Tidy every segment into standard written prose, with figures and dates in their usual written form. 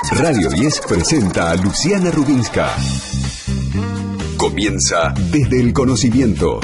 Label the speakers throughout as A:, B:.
A: Radio 10 presenta a Luciana Rubinska. Comienza Desde el Conocimiento.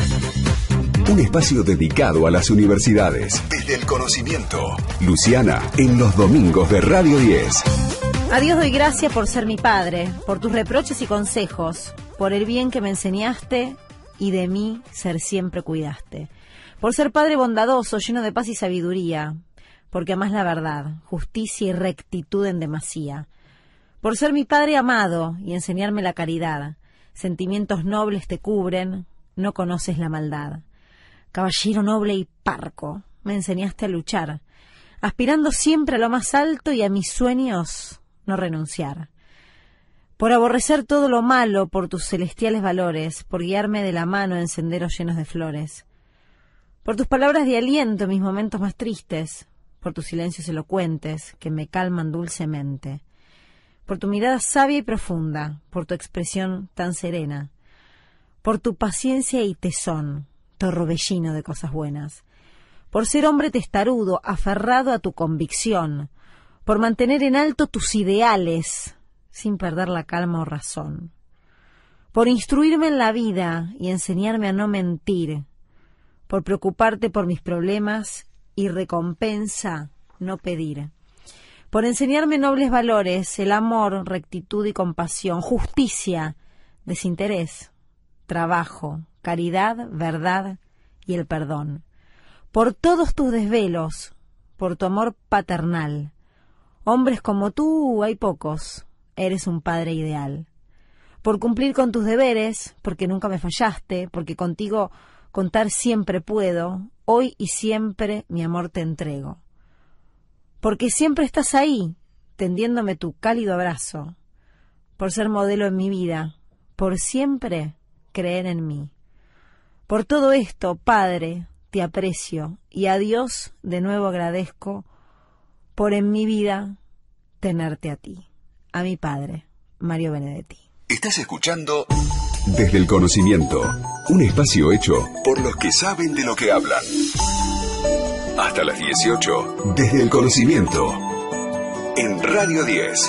A: Un espacio dedicado a las universidades. Desde el Conocimiento. Luciana, en los domingos de Radio 10.
B: A Dios doy gracias por ser mi padre, por tus reproches y consejos, por el bien que me enseñaste y de mí ser siempre cuidaste. Por ser padre bondadoso, lleno de paz y sabiduría, porque amás la verdad, justicia y rectitud en demasía. Por ser mi padre amado y enseñarme la caridad, sentimientos nobles te cubren, no conoces la maldad. Caballero noble y parco, me enseñaste a luchar, aspirando siempre a lo más alto y a mis sueños no renunciar. Por aborrecer todo lo malo, por tus celestiales valores, por guiarme de la mano en senderos llenos de flores. Por tus palabras de aliento en mis momentos más tristes, por tus silencios elocuentes que me calman dulcemente. Por tu mirada sabia y profunda, por tu expresión tan serena. Por tu paciencia y tesón, torbellino de cosas buenas. Por ser hombre testarudo, aferrado a tu convicción. Por mantener en alto tus ideales, sin perder la calma o razón. Por instruirme en la vida y enseñarme a no mentir. Por preocuparte por mis problemas y recompensa no pedir. Por enseñarme nobles valores, el amor, rectitud y compasión, justicia, desinterés, trabajo, caridad, verdad y el perdón. Por todos tus desvelos, por tu amor paternal. Hombres como tú hay pocos, eres un padre ideal. Por cumplir con tus deberes, porque nunca me fallaste, porque contigo contar siempre puedo, hoy y siempre mi amor te entrego. Porque siempre estás ahí, tendiéndome tu cálido abrazo, por ser modelo en mi vida, por siempre creer en mí. Por todo esto, Padre, te aprecio y a Dios de nuevo agradezco por en mi vida tenerte a ti, a mi Padre, Mario Benedetti.
A: Estás escuchando Desde el Conocimiento, un espacio hecho por los que saben de lo que hablan. Hasta las 18, Desde el Conocimiento, en Radio 10.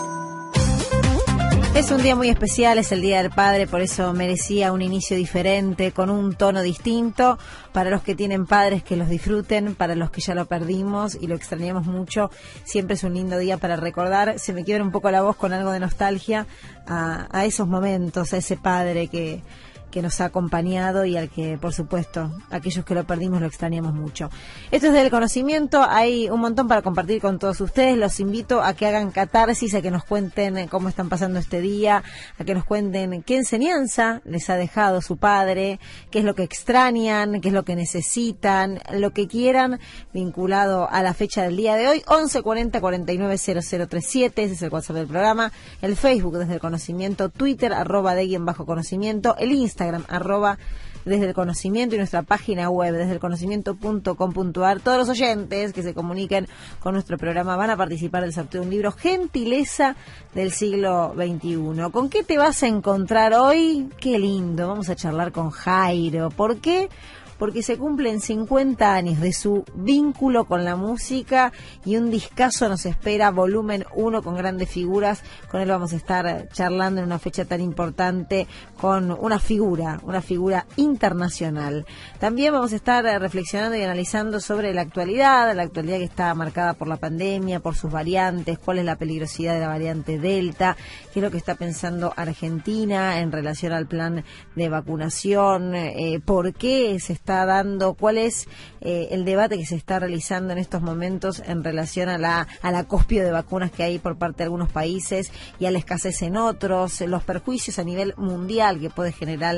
B: Es un día muy especial, es el Día del Padre, por eso merecía un inicio diferente, con un tono distinto. Para los que tienen padres, que los disfruten, para los que ya lo perdimos y lo extrañamos mucho, siempre es un lindo día para recordar. Se me quiebra un poco la voz con algo de nostalgia a esos momentos, a ese padre que nos ha acompañado y al que, por supuesto, aquellos que lo perdimos lo extrañamos mucho. Esto es del conocimiento, hay un montón para compartir con todos ustedes. Los invito a que hagan catarsis, a que nos cuenten cómo están pasando este día, a que nos cuenten qué enseñanza les ha dejado su padre, qué es lo que extrañan, qué es lo que necesitan, lo que quieran vinculado a la fecha del día de hoy. 11 40 49 0037, ese es el WhatsApp del programa, el Facebook Desde el Conocimiento, Twitter @de_conocimiento, el Instagram @Desde el Conocimiento y nuestra página web desdeelconocimiento.com.ar. Todos los oyentes que se comuniquen con nuestro programa van a participar del sorteo de un libro Gentileza del siglo XXI. ¿Con qué te vas a encontrar hoy? Qué lindo, vamos a charlar con Jairo. ¿Por qué? Porque se cumplen 50 años de su vínculo con la música y un discazo nos espera, volumen 1 con grandes figuras. Con él vamos a estar charlando en una fecha tan importante con una figura internacional. También vamos a estar reflexionando y analizando sobre la actualidad que está marcada por la pandemia, por sus variantes, cuál es la peligrosidad de la variante Delta, qué es lo que está pensando Argentina en relación al plan de vacunación, por qué se está dando, cuál es el debate que se está realizando en estos momentos en relación a la acopio de vacunas que hay por parte de algunos países y a la escasez en otros, los perjuicios a nivel mundial que puede generar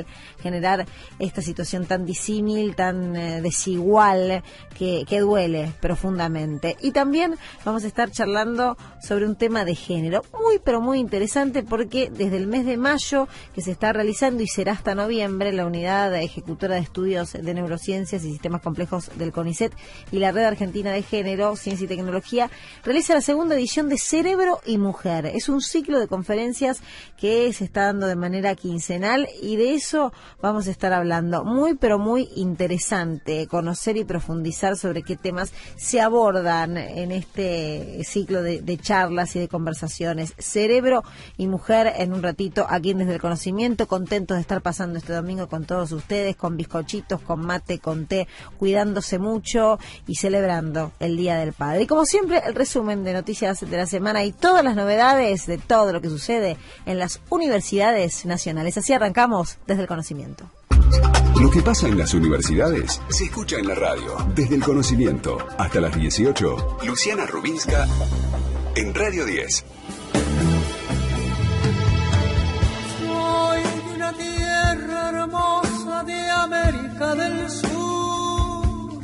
B: esta situación tan disímil, tan desigual, que duele profundamente. Y también vamos a estar charlando sobre un tema de género muy pero muy interesante, porque desde el mes de mayo que se está realizando y será hasta noviembre, la Unidad Ejecutora de Estudios de Neurociencias y Sistemas Complejos del CONICET y la Red Argentina de Género, Ciencia y Tecnología, realiza la segunda edición de Cerebro y Mujer. Es un ciclo de conferencias que se está dando de manera quincenal y de eso vamos a estar hablando. Muy, pero muy interesante conocer y profundizar sobre qué temas se abordan en este ciclo de charlas y de conversaciones. Cerebro y Mujer en un ratito aquí en Desde el Conocimiento, contentos de estar pasando este domingo con todos ustedes, con bizcochitos, con mate, con té, cuidándose mucho y celebrando el Día del Padre. Y como siempre, el resumen de noticias de la semana y todas las novedades de todo lo que sucede en las universidades nacionales. Así arrancamos Desde el Conocimiento.
A: Lo que pasa en las universidades se escucha en la radio. Desde el Conocimiento hasta las 18. Luciana Rubinska en Radio 10.
C: Soy de una tierra hermosa de América del Sur,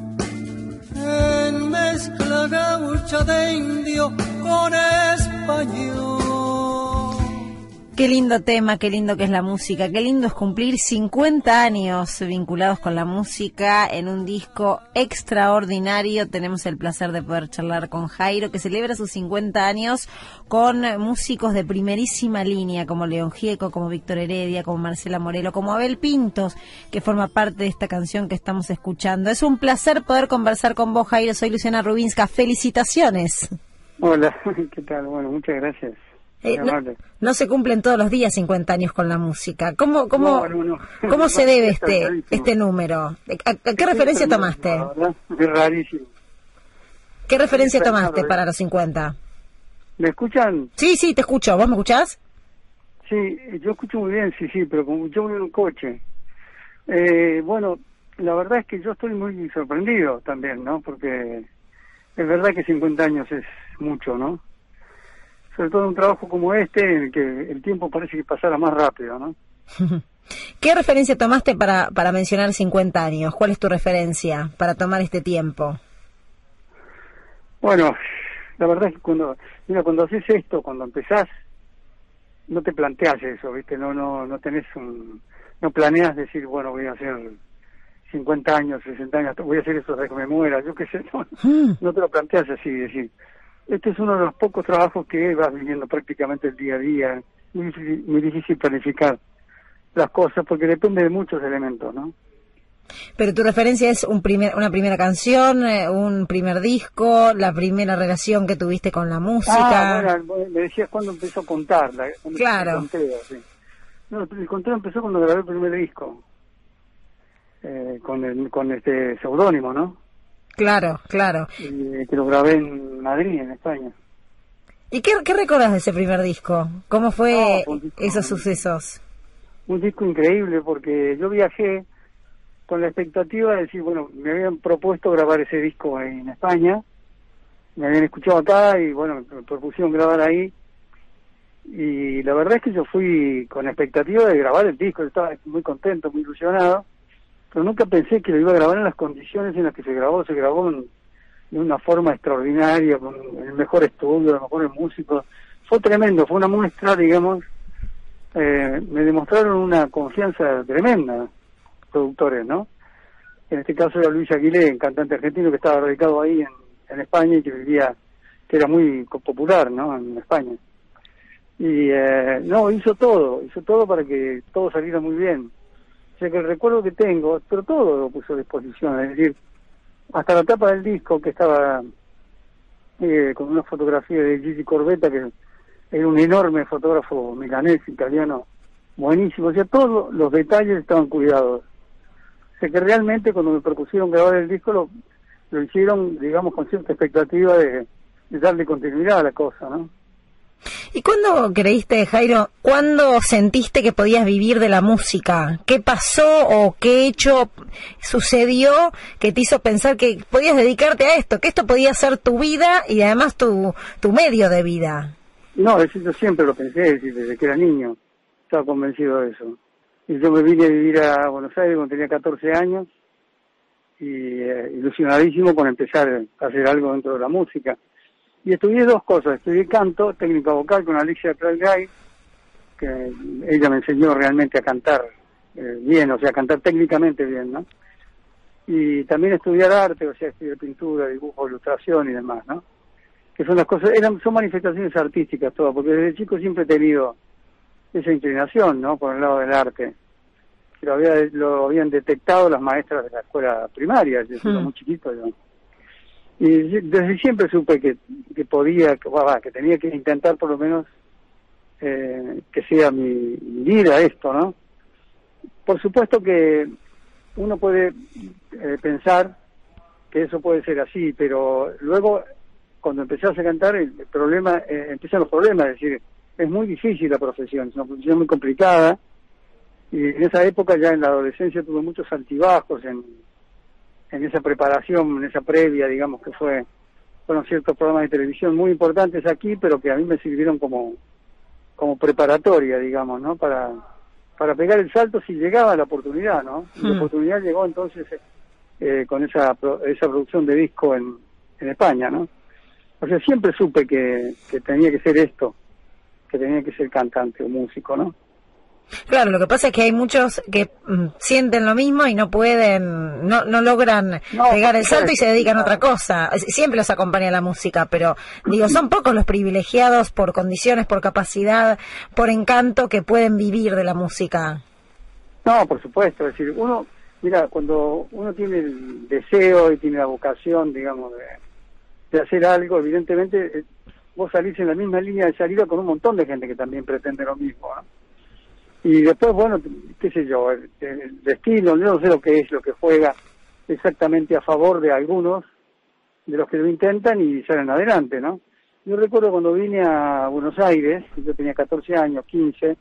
C: en mezcla gaucha de indio con español.
B: Qué lindo tema, qué lindo que es la música, qué lindo es cumplir 50 años vinculados con la música en un disco extraordinario. Tenemos el placer de poder charlar con Jairo, que celebra sus 50 años con músicos de primerísima línea, como León Gieco, como Víctor Heredia, como Marcela Morelo, como Abel Pintos, que forma parte de esta canción que estamos escuchando. Es un placer poder conversar con vos, Jairo. Soy Luciana Rubinska. ¡Felicitaciones!
D: Hola, ¿qué tal? Bueno, muchas gracias.
B: No se cumplen todos los días 50 años con la música. ¿Cómo
D: no.
B: ¿Cómo se debe este número? ¿A qué referencia tomaste?
D: Es rarísimo.
B: ¿Qué referencia tomaste para los 50?
D: ¿Me escuchan?
B: Sí, te escucho. ¿Vos me escuchás?
D: Sí, yo escucho muy bien, sí, pero como yo voy en un coche. Bueno, la verdad es que yo estoy muy sorprendido también, ¿no? Porque es verdad que 50 años es mucho, ¿no? Sobre todo en un trabajo como este, en el que el tiempo parece que pasara más rápido, ¿no?
B: ¿Qué referencia tomaste para mencionar 50 años? ¿Cuál es tu referencia para tomar este tiempo?
D: Bueno, la verdad es que cuando haces esto, cuando empezás, no te planteas eso, ¿viste? No tenés no planeas decir, bueno, voy a hacer 50 años, 60 años, voy a hacer eso hasta que me muera, yo qué sé, no te lo planteas así, decir. Este es uno de los pocos trabajos que vas viviendo prácticamente el día a día. Muy difícil planificar las cosas porque depende de muchos elementos, ¿no?
B: Pero tu referencia es una primera canción, un primer disco, la primera relación que tuviste con la música.
D: Bueno, me decías cuándo empezó a contar.
B: Claro.
D: El conteo, sí. No, el conteo empezó cuando grabé el primer disco, con este seudónimo, ¿no?
B: Claro.
D: Que lo grabé en Madrid, en España.
B: ¿Y qué recordás de ese primer disco? ¿Cómo fue esos sucesos?
D: Un disco increíble porque yo viajé con la expectativa de decir, bueno, me habían propuesto grabar ese disco en España, me habían escuchado acá y bueno, me propusieron grabar ahí. Y la verdad es que yo fui con la expectativa de grabar el disco, estaba muy contento, muy ilusionado. Pero nunca pensé que lo iba a grabar en las condiciones en las que se grabó de una forma extraordinaria, con el mejor estudio, los mejores músicos. Fue tremendo, fue una muestra, digamos, me demostraron una confianza tremenda, productores, ¿no? En este caso era Luis Aguilé, un cantante argentino que estaba radicado ahí en España y que era muy popular, ¿no? En España. Y hizo todo para que todo saliera muy bien. O sea que el recuerdo que tengo, pero todo lo puso a disposición, es decir, hasta la tapa del disco que estaba con una fotografía de Gigi Corbetta, que era un enorme fotógrafo milanés, italiano, buenísimo, o sea, todos los detalles estaban cuidados. O sea que realmente cuando me propusieron grabar el disco lo hicieron, digamos, con cierta expectativa de darle continuidad a la cosa, ¿no?
B: ¿Y cuándo creíste, Jairo, cuándo sentiste que podías vivir de la música? ¿Qué pasó o qué hecho sucedió que te hizo pensar que podías dedicarte a esto, que esto podía ser tu vida y además tu medio de vida?
D: No, es decir, yo siempre lo pensé, desde que era niño, estaba convencido de eso. Y yo me vine a vivir a Buenos Aires cuando tenía 14 años y ilusionadísimo con empezar a hacer algo dentro de la música. Y estudié dos cosas, estudié canto, técnica vocal con Alicia Pralgay, que ella me enseñó realmente a cantar bien, o sea, a cantar técnicamente bien, ¿no? y también estudiar arte, o sea, estudiar pintura, dibujo, ilustración y demás, ¿no? Que son las cosas, son manifestaciones artísticas todas, porque desde chico siempre he tenido esa inclinación, ¿no? Por el lado del arte. Que lo habían detectado las maestras de la escuela primaria, yo era muy chiquito yo. Y desde siempre supe que podía, que tenía que intentar por lo menos que sea mi vida esto, ¿no? Por supuesto que uno puede pensar que eso puede ser así, pero luego cuando empezás a cantar empiezan los problemas, es decir, es muy difícil la profesión, es una profesión muy complicada, y en esa época ya en la adolescencia tuve muchos altibajos en esa preparación, en esa previa, digamos, que fueron ciertos programas de televisión muy importantes aquí, pero que a mí me sirvieron como preparatoria, digamos, ¿no? Para pegar el salto si llegaba la oportunidad, ¿no? Y la oportunidad llegó entonces con esa producción de disco en España, ¿no? O sea, siempre supe que tenía que ser esto, que tenía que ser cantante o músico, ¿no?
B: Claro, lo que pasa es que hay muchos que sienten lo mismo y no pueden, no logran pegar el salto y se dedican a otra cosa. Siempre los acompaña la música, pero digo, son pocos los privilegiados por condiciones, por capacidad, por encanto que pueden vivir de la música.
D: No, por supuesto, es decir, cuando uno tiene el deseo y tiene la vocación, digamos, de hacer algo, evidentemente vos salís en la misma línea de salida con un montón de gente que también pretende lo mismo, ¿no? Y después, bueno, qué sé yo, el destino, yo no sé lo que juega exactamente a favor de algunos, de los que lo intentan y salen adelante, ¿no? Yo recuerdo cuando vine a Buenos Aires, yo tenía 14 años, 15,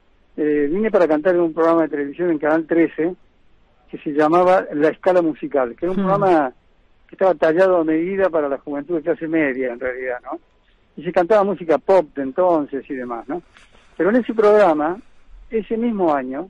D: vine para cantar en un programa de televisión en Canal 13, que se llamaba La Escala Musical, que era un programa que estaba tallado a medida para la juventud de clase media, en realidad, ¿no? Y se cantaba música pop de entonces y demás, ¿no? Pero en ese programa, ese mismo año,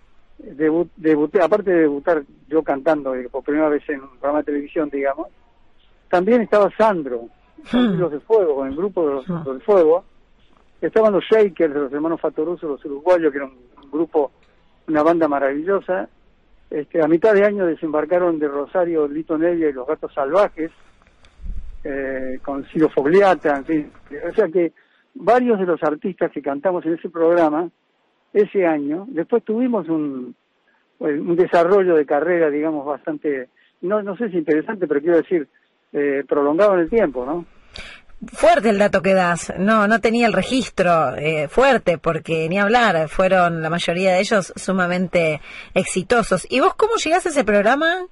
D: debuté, aparte de debutar yo cantando por primera vez en un programa de televisión, digamos, también estaba Sandro, Los de Fuego, con el grupo de los del Fuego. Estaban los Shakers, de los hermanos Fattoruso, los uruguayos, que era un grupo, una banda maravillosa. A mitad de año desembarcaron de Rosario Lito Nevia y los Gatos Salvajes, con Ciro Fogliata, en fin. O sea que varios de los artistas que cantamos en ese programa, ese año, después tuvimos un desarrollo de carrera, digamos, bastante, no sé si interesante, pero quiero decir, prolongado en el tiempo, ¿no?
B: Fuerte el dato que das, no tenía el registro fuerte, porque ni hablar, fueron la mayoría de ellos sumamente exitosos. ¿Y vos cómo llegás a ese programa?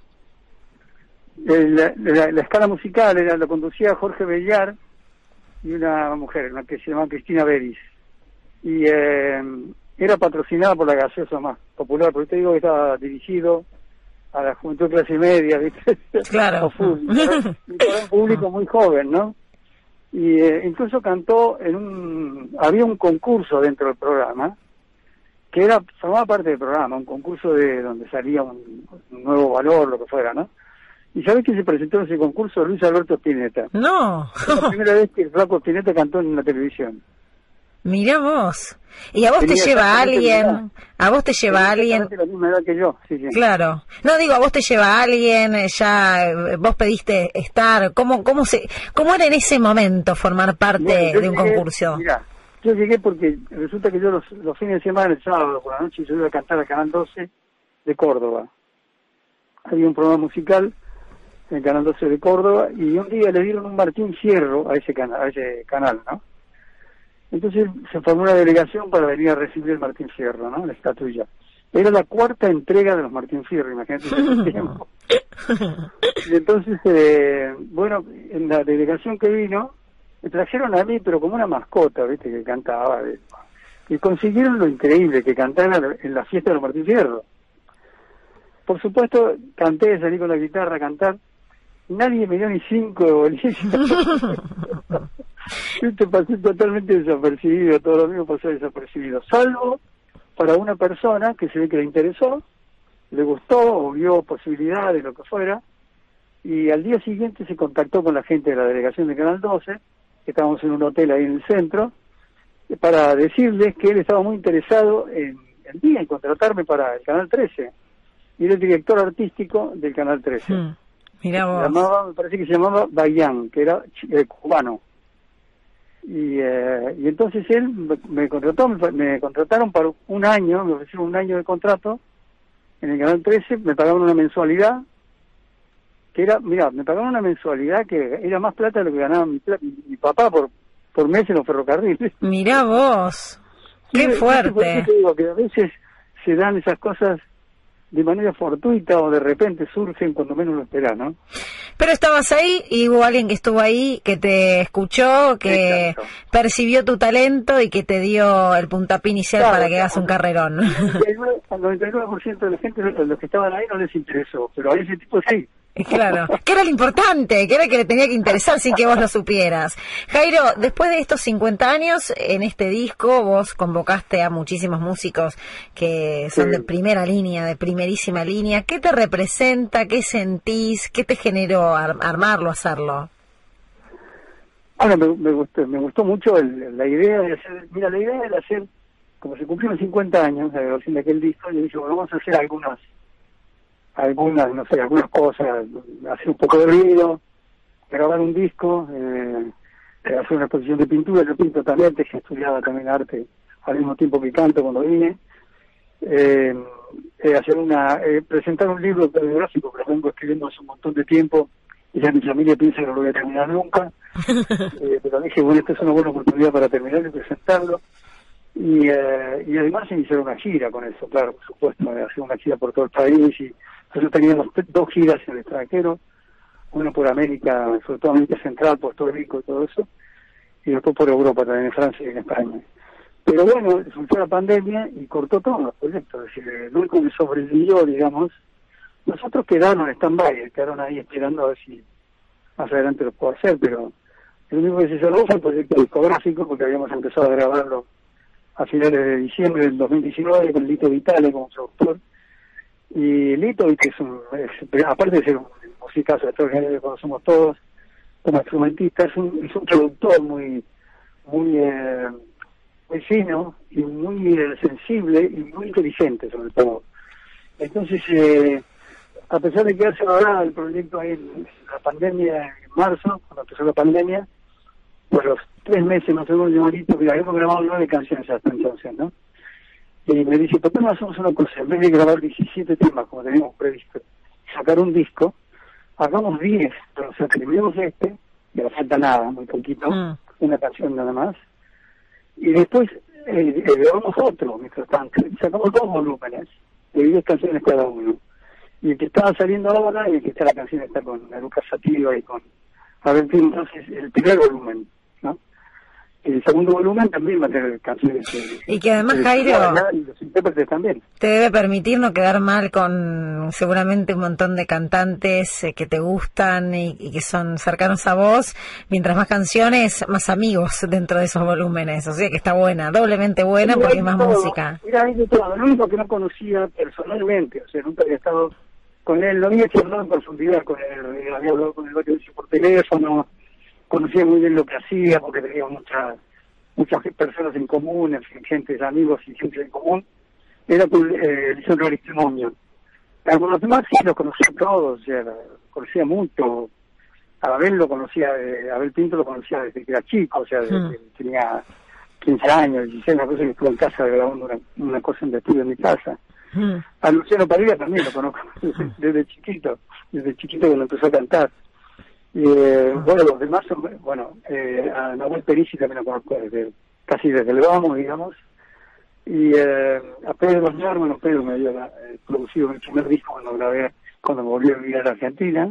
D: La Escala Musical lo conducía Jorge Bellar y una mujer, una que se llamaba Cristina Beris, y era patrocinada por la gaseosa más popular, porque te digo que estaba dirigido a la juventud de clase media, ¿viste?
B: Claro.
D: Para un público muy joven, ¿no? Y incluso cantó había un concurso dentro del programa, que formaba parte del programa, un concurso donde salía un nuevo valor, lo que fuera, ¿no? ¿Y sabés quién se presentó en ese concurso? Luis Alberto Spinetta.
B: No.
D: Fue la primera vez que el flaco Spinetta cantó en la televisión.
B: Mirá vos. ¿Y a vos te lleva alguien? ¿A vos te lleva alguien?
D: La misma edad que yo, sí.
B: Claro. No, digo, ¿a vos te lleva alguien? Ya vos pediste estar. ¿Cómo era en ese momento formar parte de un concurso?
D: Mirá, yo llegué porque resulta que yo los fines de semana, el sábado por la noche, yo iba a cantar al Canal 12 de Córdoba. Había un programa musical en el Canal 12 de Córdoba y un día le dieron un Martín Fierro a ese canal, ¿no? Entonces se formó una delegación para venir a recibir el Martín Fierro, ¿no? La estatuilla. Era la 4ª entrega de los Martín Fierro, imagínate ese tiempo. Y entonces, bueno, en la delegación que vino, me trajeron a mí, pero como una mascota, ¿viste? Que cantaba. Y consiguieron lo increíble, que cantara en la fiesta de los Martín Fierro. Por supuesto, canté, salí con la guitarra a cantar. Nadie me dio ni 5 de boliche. Te pasé totalmente desapercibido, todo lo mismo pasó desapercibido, salvo para una persona que se ve que le interesó, le gustó o vio posibilidades, lo que fuera, y al día siguiente se contactó con la gente de la delegación de Canal 12, que estábamos en un hotel ahí en el centro, para decirles que él estaba muy interesado en contratarme para el Canal 13. y era el director artístico del Canal 13.
B: Mirá vos.
D: Me parece que se llamaba Bayán, que era cubano. Y entonces él me contrataron para un año, me ofrecieron un año de contrato en el Canal 13, me pagaban una mensualidad, que era, mira, me pagaban una mensualidad que era más plata de lo que ganaba mi papá por mes en los ferrocarriles.
B: Mirá vos, qué fuerte.
D: Por eso te digo que a veces se dan esas cosas de manera fortuita o de repente surgen cuando menos lo esperás, ¿no?
B: Pero estabas ahí y hubo alguien que estuvo ahí, que te escuchó, que
D: Exacto.
B: percibió tu talento y que te dio el puntapié inicial para que hagas un carrerón.
D: Al 99% de la gente, los que estaban ahí, no les interesó, pero a ese tipo sí.
B: Claro, que era lo importante, que era que le tenía que interesar sin que vos lo supieras. Jairo, después de estos 50 años, en este disco vos convocaste a muchísimos músicos que son de primera línea, de primerísima línea. ¿Qué te representa? ¿Qué sentís? ¿Qué te generó armarlo, hacerlo?
D: Ahora me gustó mucho la idea de hacer, mira, la idea de hacer, como se cumplieron 50 años de la grabación de aquel disco, yo dije, bueno, vamos a hacer algunas, no sé, algunas cosas, hacer un poco de ruido, grabar un disco, hacer una exposición de pintura. Yo pinto también, que estudiaba también arte al mismo tiempo que canto cuando vine, presentar un libro biográfico que lo vengo escribiendo hace un montón de tiempo, y ya mi familia piensa que no lo voy a terminar nunca, pero dije, bueno, esta es una buena oportunidad para terminar y presentarlo. Y además iniciar una gira con eso, claro, por supuesto, hacer una gira por todo el país. Y nosotros teníamos 2 giras en el extranjero, una por América, sobre todo América Central, Puerto Rico y todo eso, y después por Europa, también en Francia y en España. Pero bueno, surgió la pandemia y cortó todos los proyectos, es decir, lo único que sobrevivió, digamos, nosotros quedaron en stand-by, quedaron ahí esperando a ver si más adelante lo puedo hacer, pero lo único que se salvó fue el proyecto discográfico, porque habíamos empezado a grabarlo a finales de diciembre del 2019 con Lito Vitale como productor. Y Lito, que aparte de ser un musicazo extraordinario que conocemos todos, como instrumentista, es un productor muy fino y muy sensible y muy inteligente sobre todo. Entonces, a pesar de que hace ahora el proyecto ahí en la pandemia, en marzo, cuando empezó la pandemia, pues los 3 meses más o menos, yo Lito, mira, hemos grabado 9 canciones hasta entonces, ¿no? Y me dice, ¿por qué no hacemos una cosa? En vez de grabar 17 temas, como teníamos previsto, sacar un disco, hagamos 10, o sea, terminemos que no falta nada, muy poquito, una canción nada más, y después grabamos otro, mientras tanto, y sacamos 2 volúmenes, de 10 canciones cada uno. Y el que estaba saliendo ahora, y el que está la canción está con Lucas Sativa y con Abel Pinto, entonces el primer volumen, ¿no? El segundo volumen también va a tener canciones.
B: Y que además, Jairo,
D: y los intérpretes también.
B: Te debe permitir no quedar mal con seguramente un montón de cantantes que te gustan y que son cercanos a vos. Mientras más canciones, más amigos dentro de esos volúmenes. O sea que está buena, doblemente buena, porque hay más música.
D: Mira, hay de todo. Lo único que no conocía personalmente, o sea, nunca había estado con él, no había charlado en profundidad con él, había hablado con él por teléfono, conocía muy bien lo que hacía, porque teníamos muchas personas en común, en fin, gente, amigos y gente en común. Era con Lisandro Aristimonio. Algunos demás sí los conocía todos, o sea, conocía mucho. A Abel lo conocía, Abel Pinto lo conocía desde que era chico, o sea, desde que tenía 15 años, 16, una cosa que estuvo en casa grabando una cosa en el estudio en mi casa. A Luciano Parilla también lo conozco desde chiquito cuando empezó a cantar. Bueno, los demás son, a Nahuel Perici también lo conozco casi desde el vamos, digamos. Y a Pedro Aznar, Pedro me había producido mi primer disco cuando me volví a vivir a la Argentina.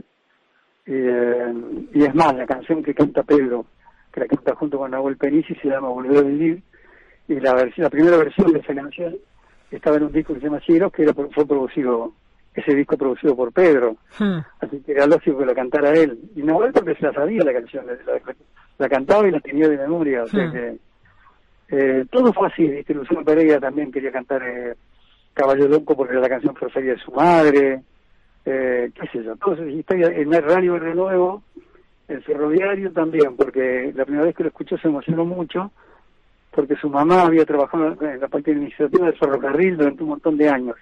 D: Y es más, la canción que canta Pedro, que la canta junto con Nahuel Perici, se llama Volver a Vivir. Y la primera versión de esa canción estaba en un disco que se llama Cielos, que fue producido, ese disco producido por Pedro. Así que era lógico que la cantara él. Y Nahuel porque se la sabía la canción, la cantaba y la tenía de memoria. O sea que todo fue así, ¿viste? Luciano Pereira también quería cantar Caballo Loco porque era la canción preferida de su madre. Qué sé yo, todas esas historias. En el Radio de Nuevo, el Ferroviario también, porque la primera vez que lo escuchó se emocionó mucho, porque su mamá había trabajado en la parte administrativa del ferrocarril durante un montón de años.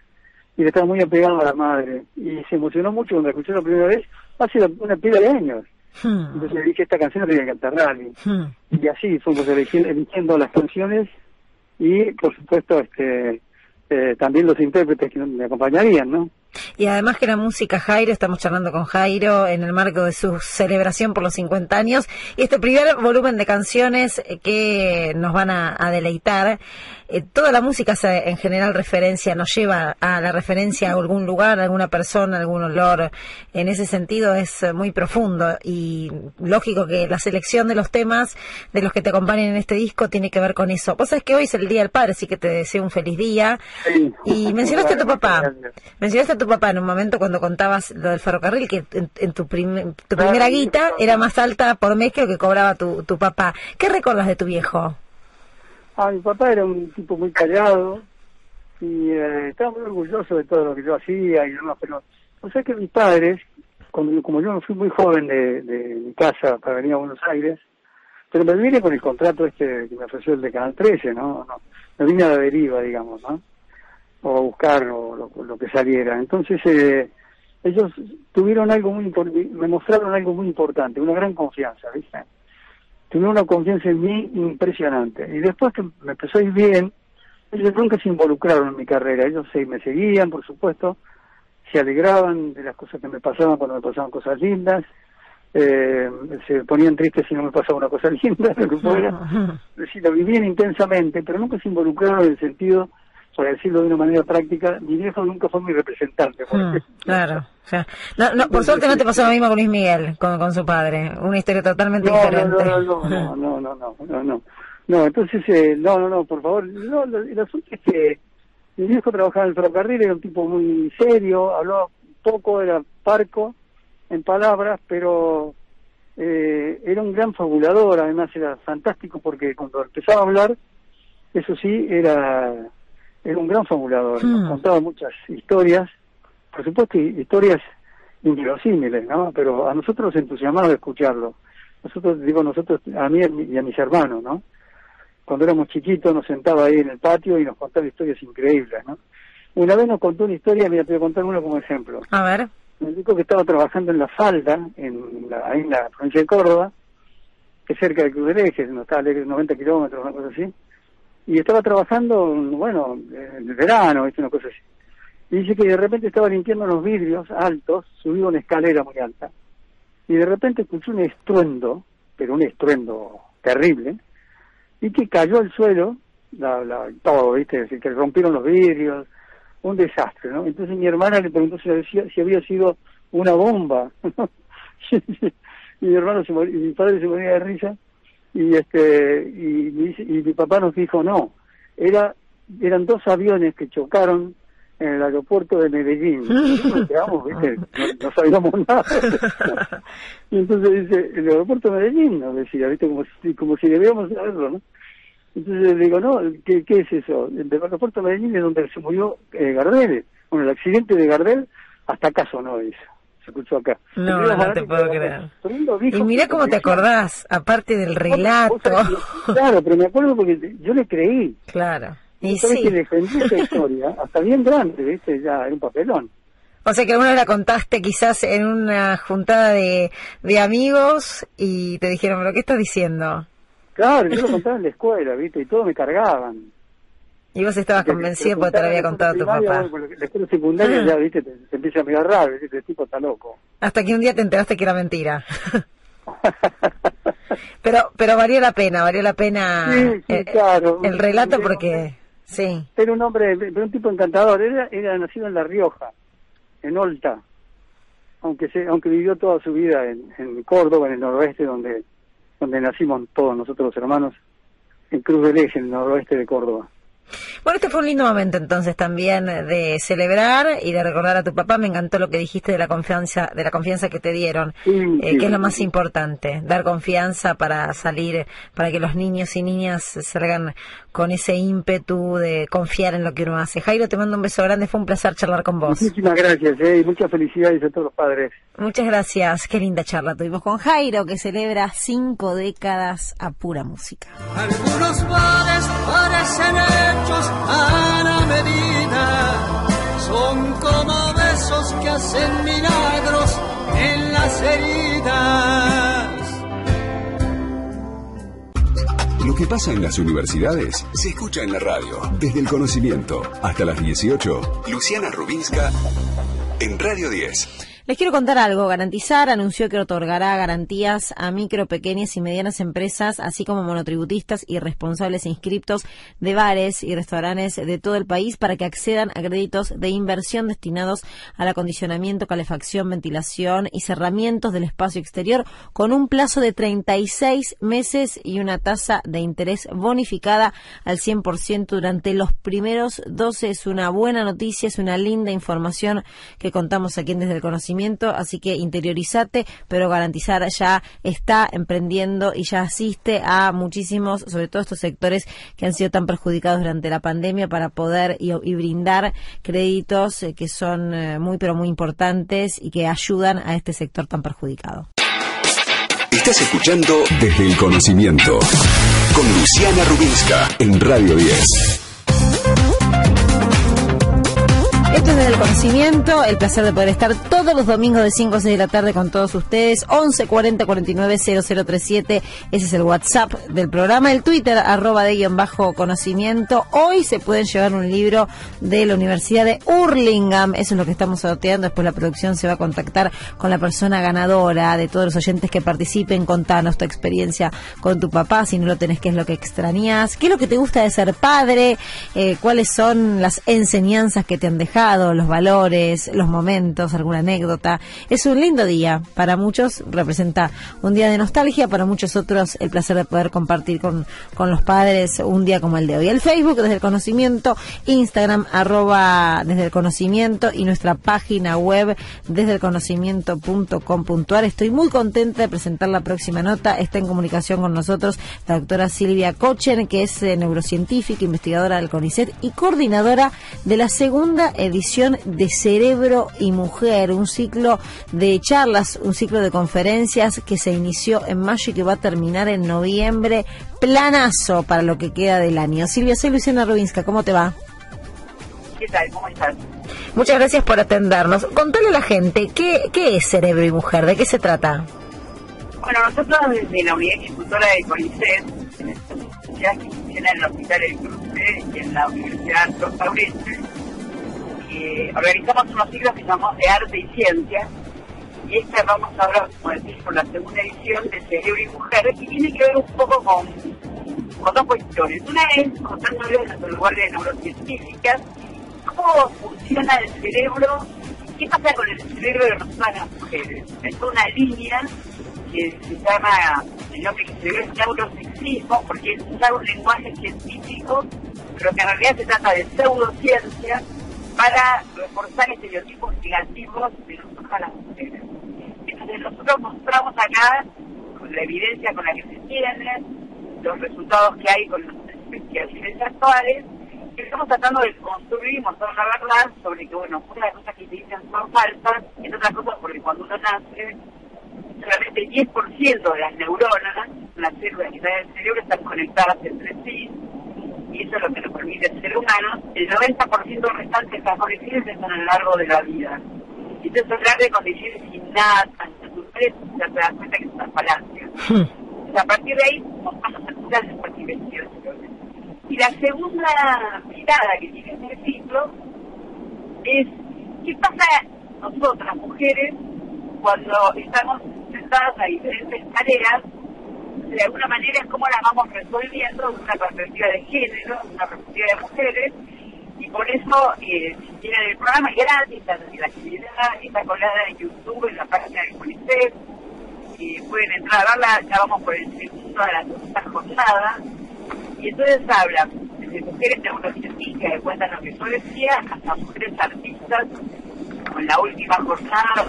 D: y le estaba muy apegado a la madre, y se emocionó mucho cuando la escuchó la primera vez, hace una pila de años. Entonces le dije, esta canción la tenía que cantar Rally. Y así fuimos eligiendo las canciones, y por supuesto también los intérpretes que me acompañarían, ¿no?
B: Y además que la música, Jairo, estamos charlando con Jairo en el marco de su celebración por los 50 años, y este primer volumen de canciones que nos van a deleitar. Toda la música hace en general referencia, nos lleva a la referencia a algún lugar, a alguna persona, a algún olor. En ese sentido es muy profundo, y lógico que la selección de los temas de los que te acompañan en este disco tiene que ver con eso. Vos sabés que hoy es el Día del Padre, así que te deseo un feliz día.
D: Sí.
B: Y mencionaste a tu papá. Mencionaste a tu papá en un momento cuando contabas lo del ferrocarril, que en tu primera guita era más alta por mes que lo que cobraba tu papá. ¿Qué recuerdas de tu viejo?
D: Mi papá era un tipo muy callado, y estaba muy orgulloso de todo lo que yo hacía y demás, pero o sea que mis padres, como yo me fui muy joven de mi casa para venir a Buenos Aires, pero me vine con el contrato que me ofreció el de Canal 13, ¿no? Me vine a la deriva, digamos, ¿no? O a buscar lo que saliera. Entonces ellos tuvieron algo muy importante, me mostraron algo muy importante, una gran confianza, ¿viste? Tuvieron una confianza en mí impresionante. Y después que me empezó a ir bien, ellos nunca se involucraron en mi carrera. Ellos me seguían, por supuesto, se alegraban de las cosas que me pasaban cuando me pasaban cosas lindas, se ponían tristes si no me pasaba una cosa linda, lo que fuera. Es decir, lo vivían intensamente, pero nunca se involucraron en el sentido, para decirlo de una manera práctica, mi viejo nunca fue mi representante.
B: Claro. O sea, no, por suerte no te pasó lo mismo con Luis Miguel, con su padre. Una historia totalmente diferente.
D: No, entonces, no, por favor. No, el asunto es que mi viejo trabajaba en el ferrocarril, era un tipo muy serio, hablaba poco, era parco en palabras, pero era un gran fabulador. Además era fantástico porque cuando empezaba a hablar, eso sí, era un gran fabulador. Nos contaba muchas historias, por supuesto historias inverosímiles, ¿no? Pero a nosotros nos entusiasmaba de escucharlo. Nosotros, a mí y a mis hermanos, ¿no? Cuando éramos chiquitos nos sentaba ahí en el patio y nos contaba historias increíbles, ¿no? Una vez nos contó una historia, mira, te voy a contar una como ejemplo.
B: A ver.
D: Me dijo que estaba trabajando en La Falda, ahí en la provincia de Córdoba, que es cerca del Cruz del Eje, no está a 90 kilómetros, una cosa así. Y estaba trabajando, bueno, en el verano, ¿viste? Una cosa así. Y dice que de repente estaba limpiando los vidrios altos, subido una escalera muy alta, y de repente escuchó un estruendo, pero un estruendo terrible, y que cayó al suelo, todo, ¿viste? Es decir, que rompieron los vidrios, un desastre, ¿no? Entonces mi hermana le preguntó si había sido una bomba. Y mi hermano y mi padre se ponía de risa, y mi papá nos dijo no, eran dos aviones que chocaron en el aeropuerto de Medellín. Nosotros nos quedamos, ¿viste? No sabíamos nada. Y entonces dice, el aeropuerto de Medellín, nos decía, ¿viste? Como si debíamos saberlo, ¿no? Entonces le digo, no, ¿qué es eso? El aeropuerto de Medellín es donde se murió Gardel. Bueno, el accidente de Gardel hasta acá sonó eso. Se escuchó acá.
B: No te puedo creer. Y mirá cómo te acordás, aparte del relato.
D: Claro, pero me acuerdo porque yo le creí.
B: Claro.
D: Y sí. Que defendí esa historia, hasta bien grande, ¿viste? Ya era un papelón.
B: O sea que alguna vez la contaste quizás en una juntada de amigos y te dijeron, ¿pero qué estás diciendo?
D: Claro, yo lo contaba en la escuela, ¿viste? Y todos me cargaban.
B: Y vos estabas convencido porque te lo había contado tu papá.
D: La escuela secundaria ya, ¿viste? Te empieza a mirar raro, ¿viste? El tipo está loco.
B: Hasta que un día te enteraste que era mentira. pero valió la pena
D: sí, claro.
B: El relato porque... Sí.
D: Era un tipo encantador. Era nacido en La Rioja, en Olta, aunque vivió toda su vida en Córdoba, en el noroeste, donde nacimos todos nosotros los hermanos, en Cruz del Eje, en el noroeste de Córdoba.
B: Bueno, este fue un lindo momento entonces también de celebrar y de recordar a tu papá. Me encantó lo que dijiste de la confianza que te dieron, que es lo más importante, dar confianza para salir, para que los niños y niñas salgan con ese ímpetu de confiar en lo que uno hace. Jairo, te mando un beso grande, fue un placer charlar con vos.
D: Muchísimas gracias, y muchas felicidades a todos los padres.
B: Muchas gracias, qué linda charla tuvimos con Jairo, que celebra 5 décadas a pura música.
C: Algunos padres parecen hechos a la medida, son
A: que pasa en las universidades se escucha en la radio. Desde el conocimiento hasta las 18, Luciana Rubinska en Radio 10.
B: Les quiero contar algo. Garantizar anunció que otorgará garantías a micro, pequeñas y medianas empresas, así como monotributistas y responsables inscriptos de bares y restaurantes de todo el país para que accedan a créditos de inversión destinados al acondicionamiento, calefacción, ventilación y cerramientos del espacio exterior con un plazo de 36 meses y una tasa de interés bonificada al 100% durante los primeros 12. Es una buena noticia, es una linda información que contamos aquí Desde el Conocimiento. Así que interiorizate, pero Garantizar ya está emprendiendo y ya asiste a muchísimos, sobre todo estos sectores que han sido tan perjudicados durante la pandemia, para poder y brindar créditos que son muy pero muy importantes y que ayudan a este sector tan perjudicado.
A: Estás escuchando Desde el Conocimiento con Luciana Rubinska en Radio 10.
B: Esto es Desde el Conocimiento, el placer de poder estar todos los domingos de 5 a 6 de la tarde con todos ustedes. 11 40 49 0037, ese es el WhatsApp del programa. El Twitter, @de_conocimiento. Hoy se pueden llevar un libro de la Universidad de Hurlingham, eso es lo que estamos sorteando. Después la producción se va a contactar con la persona ganadora. De todos los oyentes que participen, contanos tu experiencia con tu papá, si no lo tenés, qué es lo que extrañás, qué es lo que te gusta de ser padre, cuáles son las enseñanzas que te han dejado, los valores, los momentos, alguna anécdota. Es un lindo día. Para muchos representa un día de nostalgia, para muchos otros el placer de poder compartir con los padres un día como el de hoy. El Facebook Desde el Conocimiento, Instagram @Desde el Conocimiento y nuestra página web desdelconocimiento.com.ar. Estoy muy contenta de presentar la próxima nota. Está en comunicación con nosotros la doctora Silvia Kochen, que es neurocientífica, investigadora del CONICET y coordinadora de la segunda edición de Cerebro y Mujer, un ciclo de charlas, un ciclo de conferencias que se inició en mayo y que va a terminar en noviembre. Planazo para lo que queda del año. Silvia, soy Luciana Rubinska, ¿cómo te va?
E: ¿Qué tal? ¿Cómo estás?
B: Muchas gracias por atendernos. Contale a la gente, ¿qué es Cerebro y Mujer? ¿De qué se trata?
E: Bueno, nosotros desde la unidad ejecutora de CONICET, ya que funciona en el Hospital del Cruce y en la Universidad Los Laureles, organizamos unos ciclos que llamamos de arte y ciencia, y esta vamos a hablar, como decís, por la segunda edición de Cerebro y Mujer, que tiene que ver un poco con dos cuestiones. Una es contándoles desde el lugar de neurocientíficas cómo funciona el cerebro, qué pasa con el cerebro de nosotras las mujeres. Es una línea que se llama, el nombre que se ve es neurosexismo, porque es usar un lenguaje científico, pero que en realidad se trata de pseudociencia, para reforzar estereotipos negativos de nosotras las mujeres. Entonces nosotros mostramos acá, con la evidencia con la que se tiene, los resultados que hay con las investigaciones actuales, que estamos tratando de construir y mostrar la verdad sobre que, bueno, una de las cosas que se dicen son falsas, entre otras cosas porque cuando uno nace, solamente 10% de las neuronas, las células que están en el cerebro, están conectadas entre sí, y eso es lo que nos permite ser humanos. El 90% restante de estas conexiones están a lo largo de la vida. Y entonces hablar de condiciones innatas, naturales, ya te das cuenta que es una falacia. A partir de ahí vamos a estudiar estas investigaciones. Y la segunda mirada que tiene este ciclo es qué pasa nosotras, mujeres, cuando estamos sentadas a diferentes tareas. De alguna manera es cómo las vamos resolviendo desde una perspectiva de género, una perspectiva de mujeres, y por eso, si tienen el programa es gratis, la actividad está colgada en YouTube, en la página de CONICET, y pueden entrar a verla. Ya vamos por el segundo de la segunda jornada, y entonces hablan de mujeres neurocientíficas que cuentan lo que yo decía, hasta mujeres artistas, con la última jornada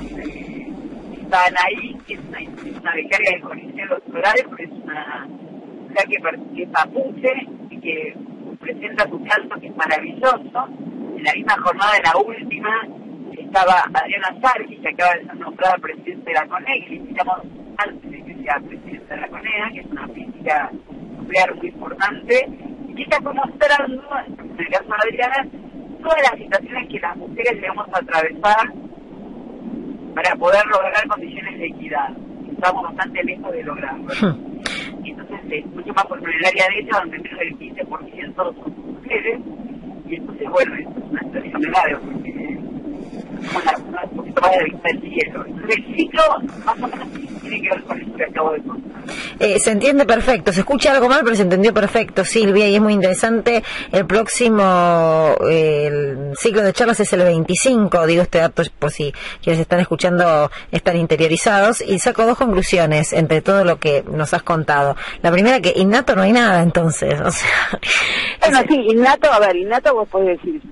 E: estaban ahí, que es una becaria del CONICET doctoral, pero es una mujer que es mapuche y que presenta su canto, que es maravilloso. En la misma jornada, en la última, estaba Adriana Sargi, que acaba de ser nombrada presidente de la CONEA, que invitamos antes de que sea presidente de la CONEA, que es una física nuclear muy importante, y que está mostrando, en el caso de Adriana, todas las situaciones que las mujeres debemos atravesar para poder lograr condiciones de equidad. Estamos bastante lejos de lograrlo. Entonces entonces es mucho más por el área de ella, donde menos del 15% son mujeres, y entonces, bueno, es una situación grave, porque un poquito más de la vista del cielo. Entonces el ciclo, más o menos, tiene que ver con eso que acabo de contar.
B: Se entiende perfecto, se escucha algo mal, pero se entendió perfecto, Silvia, y es muy interesante. El próximo el ciclo de charlas es el 25, digo este dato por si quienes están escuchando están interiorizados, y saco 2 conclusiones entre todo lo que nos has contado. La primera, que innato no hay nada, entonces, o sea...
E: Bueno, sí, innato vos podés decir,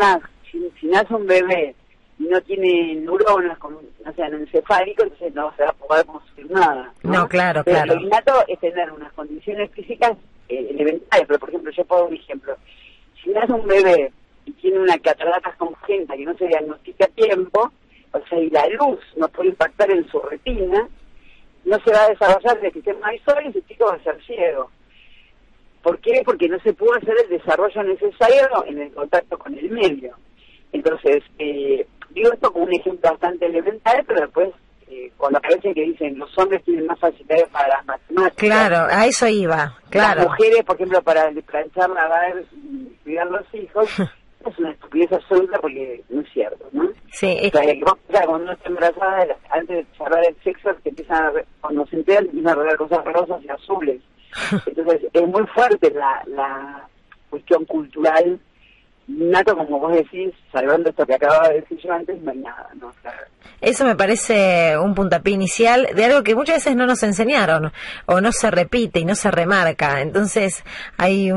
E: si nace un bebé y no tiene neuronas, o sea, no encefálico, entonces no se va a poder construir nada, ¿no?
B: No, claro.
E: Lo innato es tener unas condiciones físicas elementales, pero por ejemplo, yo puedo dar un ejemplo. Si nace un bebé y tiene una cataratas congénita que no se diagnostica a tiempo, o sea, y la luz no puede impactar en su retina, no se va a desarrollar el sistema visual y ese chico va a ser ciego. ¿Por qué? Porque no se pudo hacer el desarrollo necesario en el contacto con el medio. Entonces, digo esto como un ejemplo bastante elemental, pero después, cuando aparece que dicen los hombres tienen más facilidades para las matemáticas.
B: Claro, a eso iba, claro.
E: Las mujeres, por ejemplo, para planchar, lavar y cuidar los hijos, es una estupidez absoluta porque no es cierto, ¿no?
B: Sí.
E: O sea, que vos pensás, cuando uno está embarazada, antes de cerrar el sexo, que cuando se enteran, empiezan a regar cosas rosas y azules. Entonces, es muy fuerte la cuestión cultural. Nato, como vos decís, salvando esto que acababa de decir yo antes, no hay nada, ¿no? Claro.
B: Eso me parece un puntapié inicial de algo que muchas veces no nos enseñaron, o no se repite y no se remarca. Entonces, hay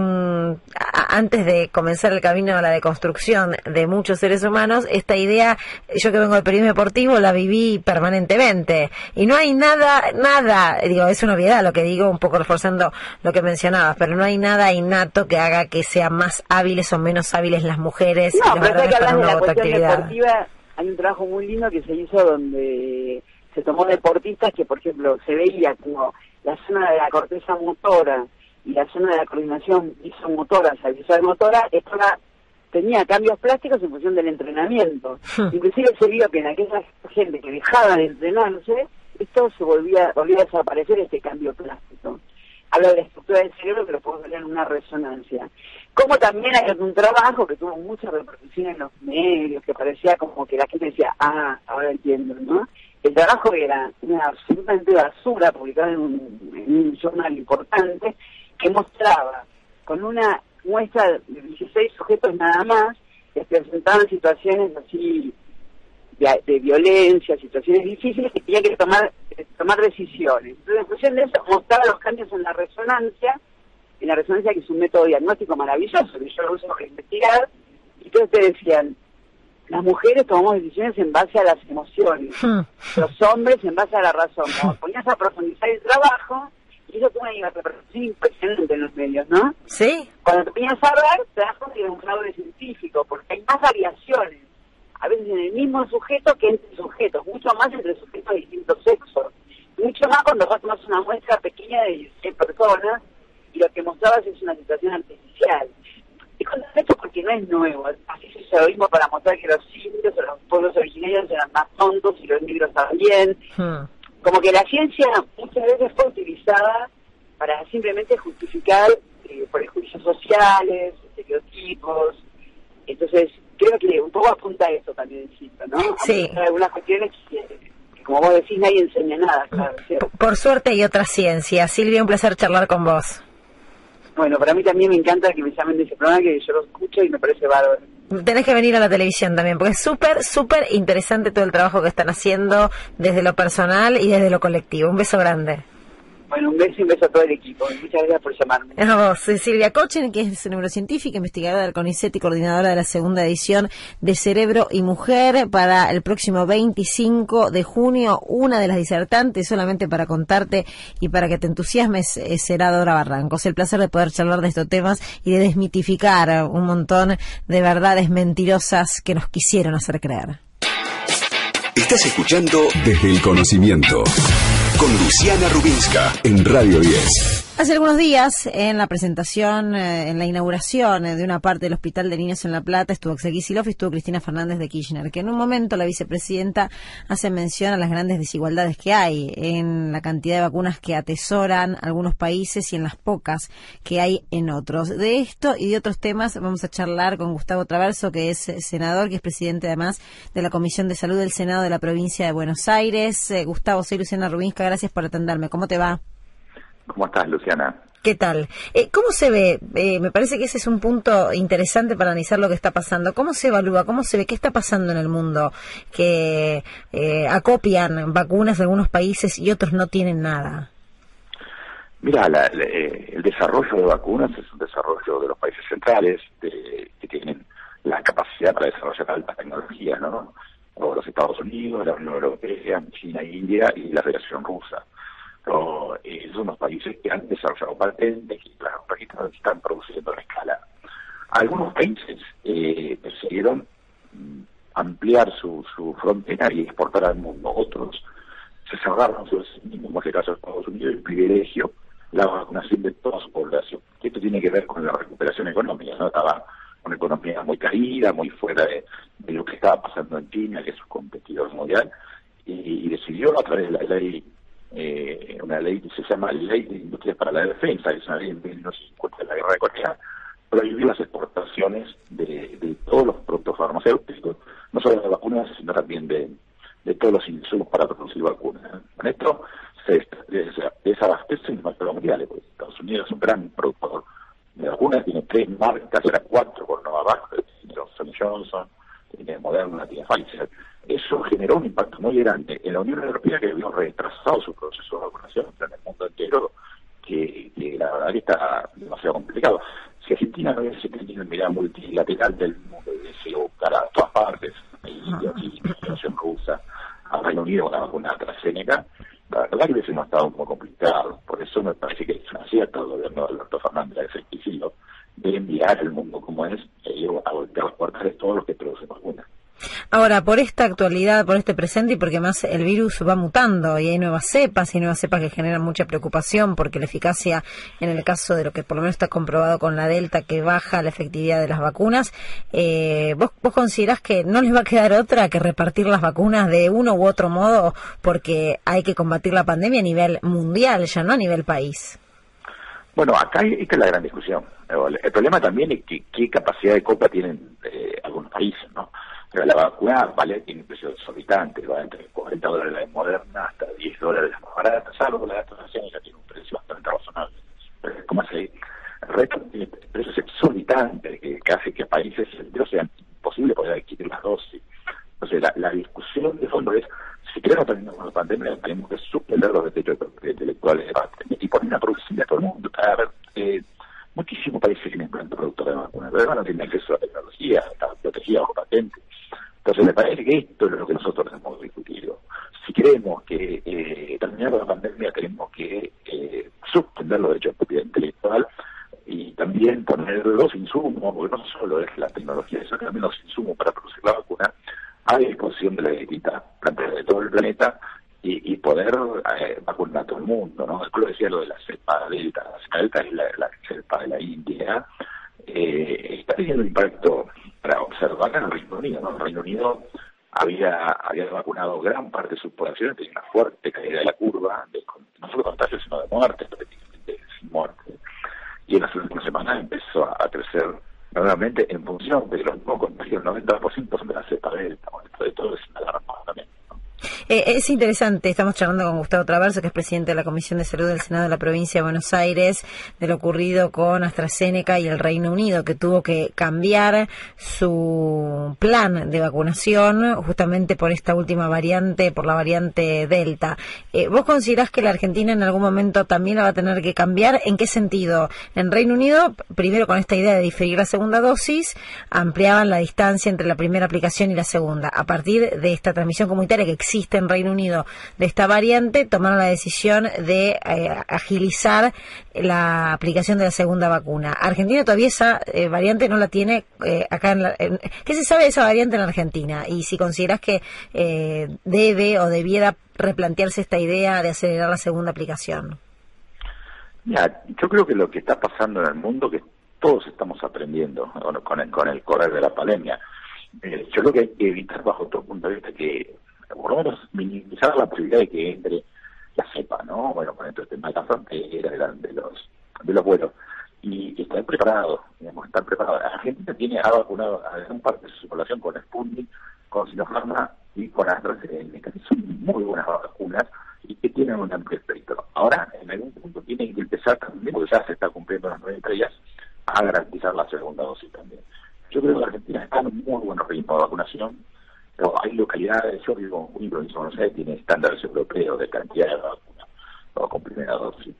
B: antes de comenzar el camino a la deconstrucción de muchos seres humanos, esta idea, yo que vengo del periodismo deportivo, la viví permanentemente. Y no hay nada, digo, es una obviedad lo que digo, un poco reforzando lo que mencionabas, pero no hay nada innato que haga que sean más hábiles o menos hábiles las mujeres.
E: No,
B: y los
E: pero es que
B: para
E: hablas de
B: una
E: la
B: u otra
E: cuestión
B: actividad
E: deportiva. Hay un trabajo muy lindo que se hizo donde se tomó deportistas que, por ejemplo, se veía como la zona de la corteza motora y la zona de la coordinación visomotora, o sea, visual motora, tenía cambios plásticos en función del entrenamiento. Inclusive se vio que en aquella gente que dejaba de entrenarse, esto volvía a desaparecer, este cambio plástico. Hablo de la estructura del cerebro, que lo podemos ver en una resonancia. Como también hay un trabajo que tuvo mucha repercusión en los medios, que parecía como que la gente decía, ahora entiendo, ¿no? El trabajo era una absolutamente basura, publicado en un journal importante, que mostraba con una muestra de 16 sujetos nada más, que presentaban situaciones así de violencia, situaciones difíciles, que tenían que tomar decisiones. Entonces, en función de eso, mostraba los cambios en la resonancia, que es un método diagnóstico maravilloso, que yo lo uso para investigar, y entonces te decían, las mujeres tomamos decisiones en base a las emociones, los hombres en base a la razón. Cuando ponías a profundizar el trabajo, y eso tuvo una repercusión impresionante en los medios, ¿no?
B: Sí.
E: Cuando te ponías a ver, te das cuenta que es un fraude científico, porque hay más variaciones, a veces en el mismo sujeto que entre sujetos, mucho más entre sujetos de distintos sexos, mucho más cuando vos tomas una muestra pequeña de 16 personas y lo que mostrabas es una situación artificial. Y con esto porque no es nuevo, así se hizo lo mismo para mostrar que los indios o los pueblos originarios eran más tontos y los negros también. Como que la ciencia muchas veces fue utilizada para simplemente justificar prejuicios sociales, estereotipos. Entonces, creo que un poco apunta a eso también, insisto, ¿no?
B: Sí.
E: Hay algunas cuestiones que, como vos decís, nadie enseña nada, claro, ¿cierto?
B: Por suerte hay otra ciencia. Silvia, un placer charlar con vos.
E: Bueno, para mí también me encanta que me llamen de ese programa, que yo lo escucho y me parece bárbaro.
B: Tenés que venir a la televisión también, porque es súper interesante todo el trabajo que están haciendo desde lo personal y desde lo colectivo. Un beso grande.
E: Bueno, un beso y un beso a todo el equipo. Muchas gracias por llamarme.
B: A vos, Silvia Kochen, que es neurocientífica, investigadora del CONICET y coordinadora de la segunda edición de Cerebro y Mujer, para el próximo 25 de junio. Una de las disertantes, solamente para contarte y para que te entusiasmes, será Dora Barrancos. El placer de poder charlar de estos temas y de desmitificar un montón de verdades mentirosas que nos quisieron hacer creer.
A: Estás escuchando Desde el Conocimiento con Luciana Rubinska en Radio 10.
B: Hace algunos días, en la presentación, en la inauguración de una parte del Hospital de Niños en La Plata, estuvo Axel Kicillof y estuvo Cristina Fernández de Kirchner, que en un momento la vicepresidenta hace mención a las grandes desigualdades que hay en la cantidad de vacunas que atesoran algunos países y en las pocas que hay en otros. De esto y de otros temas vamos a charlar con Gustavo Traverso, que es senador, que es presidente además de la Comisión de Salud del Senado de la provincia de Buenos Aires. Gustavo, soy Luciana Rubinska, gracias por atenderme. ¿Cómo te va?
F: ¿Cómo estás, Luciana?
B: ¿Qué tal? ¿Cómo se ve? Me parece que ese es un punto interesante para analizar lo que está pasando. ¿Cómo se evalúa? ¿Cómo se ve? ¿Qué está pasando en el mundo? Que acopian vacunas de algunos países y otros no tienen nada.
F: Mira, el desarrollo de vacunas es un desarrollo de los países centrales que tienen la capacidad para desarrollar altas tecnologías, ¿no? O los Estados Unidos, la Unión Europea, China, India y la Federación Rusa. Son los países que han desarrollado patentes y las registros están produciendo a escala. Algunos países decidieron ampliar su frontera y exportar al mundo. Otros se cerraron sobre sí mismos, como es el caso de Estados Unidos, el privilegio, la vacunación de toda su población. Esto tiene que ver con la recuperación económica, ¿no? Estaba una economía muy caída, muy fuera de lo que estaba pasando en China, que es su competidor mundial, y decidió a través de la ley, una ley que se llama Ley de Industria para la Defensa, que es una ley de 1950 de la Guerra de Corea, prohibir las exportaciones de todos los productos farmacéuticos, no solo de vacunas, sino también de todos los insumos para producir vacunas. Con esto se desabastecen los mercados mundiales, porque Estados Unidos es un gran productor de vacunas, tiene 3 marcas, era 4 con Novavax, tiene Johnson Johnson, tiene Moderna, tiene Pfizer. Eso generó un impacto muy grande en la Unión Europea, que había retrasado su proceso de vacunación en el mundo entero, que la verdad que está demasiado complicado. Si Argentina no hubiese tenido mirada multilateral del mundo y hubiese buscar a todas partes, India, China, la Federación Rusa, a Reino Unido con la vacuna AstraZeneca, la verdad que hubiese estado un poco complicado. Por eso me parece que es un acierto el gobierno de Alberto Fernández de enviar al mundo como es, a golpear las puertas de todos los que producen vacunas.
B: Ahora, por esta actualidad, por este presente y porque más el virus va mutando y hay nuevas cepas que generan mucha preocupación porque la eficacia, en el caso de lo que por lo menos está comprobado con la Delta, que baja la efectividad de las vacunas, ¿vos considerás que no les va a quedar otra que repartir las vacunas de uno u otro modo porque hay que combatir la pandemia a nivel mundial, ya no a nivel país?
F: Bueno, acá esta es la gran discusión. El problema también es que qué capacidad de compra tienen algunos países, ¿no? Pero la vacuna tiene un precio exorbitante, va entre $40 la de Moderna hasta $10 más barata, salvo la de AstraZeneca tiene un precio bastante razonable. Pero ¿cómo se el resto tiene precios exorbitantes que hace que países enteros sean imposible poder adquirir las dosis? Entonces la discusión de fondo es, si queremos terminar con la pandemia, tenemos que suspender los derechos intelectuales de la pandemia y poner a producir a todo el mundo. A ver, muchísimos países tienen plantas productoras de vacunas, pero no tienen acceso a la tecnología, está protegida bajo patente. Entonces me parece que esto es lo que nosotros hemos discutido. Si queremos que terminar con la pandemia, tenemos que suspender los derechos de propiedad intelectual y también poner los insumos, porque no solo es la tecnología, sino también los insumos para producir la vacuna a disposición de las distintas plantas de todo el planeta y poder vacunar a todo el mundo, ¿no? Yo decía lo de la cepa Delta. La cepa Delta es la cepa de la India. Está teniendo un impacto para observar en el Reino Unido, ¿no? El Reino Unido había vacunado gran parte de su población, tenía una fuerte caída de la curva, no solo de contagios, sino de muertes, prácticamente sin muerte. Y en las últimas semanas empezó a crecer nuevamente en función de que los nuevos contagios, el 90% son de la cepa Delta. Bueno, esto de todo es una alarma también, ¿no?
B: Es interesante, estamos charlando con Gustavo Traverso, que es presidente de la Comisión de Salud del Senado de la provincia de Buenos Aires, de lo ocurrido con AstraZeneca y el Reino Unido, que tuvo que cambiar su plan de vacunación justamente por esta última variante, por la variante Delta. ¿Vos considerás que la Argentina en algún momento también la va a tener que cambiar? ¿En qué sentido? En Reino Unido, primero con esta idea de diferir la segunda dosis, ampliaban la distancia entre la primera aplicación y la segunda. A partir de esta transmisión comunitaria que existe en Reino Unido de esta variante, tomaron la decisión de agilizar la aplicación de la segunda vacuna. Argentina todavía esa variante no la tiene acá. ¿Qué se sabe de esa variante en la Argentina? Y si consideras que debe o debiera replantearse esta idea de acelerar la segunda aplicación.
F: Mira, yo creo que lo que está pasando en el mundo, que todos estamos aprendiendo con el correr de la pandemia. Yo creo que hay que evitar bajo todo punto de vista que, por lo menos, minimizar la posibilidad de que entre la cepa, ¿no? Bueno, con esto el tema de la frontera, de los vuelos. Y estar preparado, digamos, estar preparado. Argentina ha vacunado a gran parte de su población con Sputnik, con Sinopharm y con AstraZeneca, que son muy buenas vacunas y que tienen un amplio espectro. Ahora, en algún punto tienen que empezar también, porque ya se está cumpliendo las 90 días, a garantizar la segunda dosis también. Yo creo que Argentina está en un muy buen ritmo de vacunación, pero hay localidades, yo vivo en provincia de Buenos Aires, tiene estándares europeos de cantidad de vacunas, con primera dosis.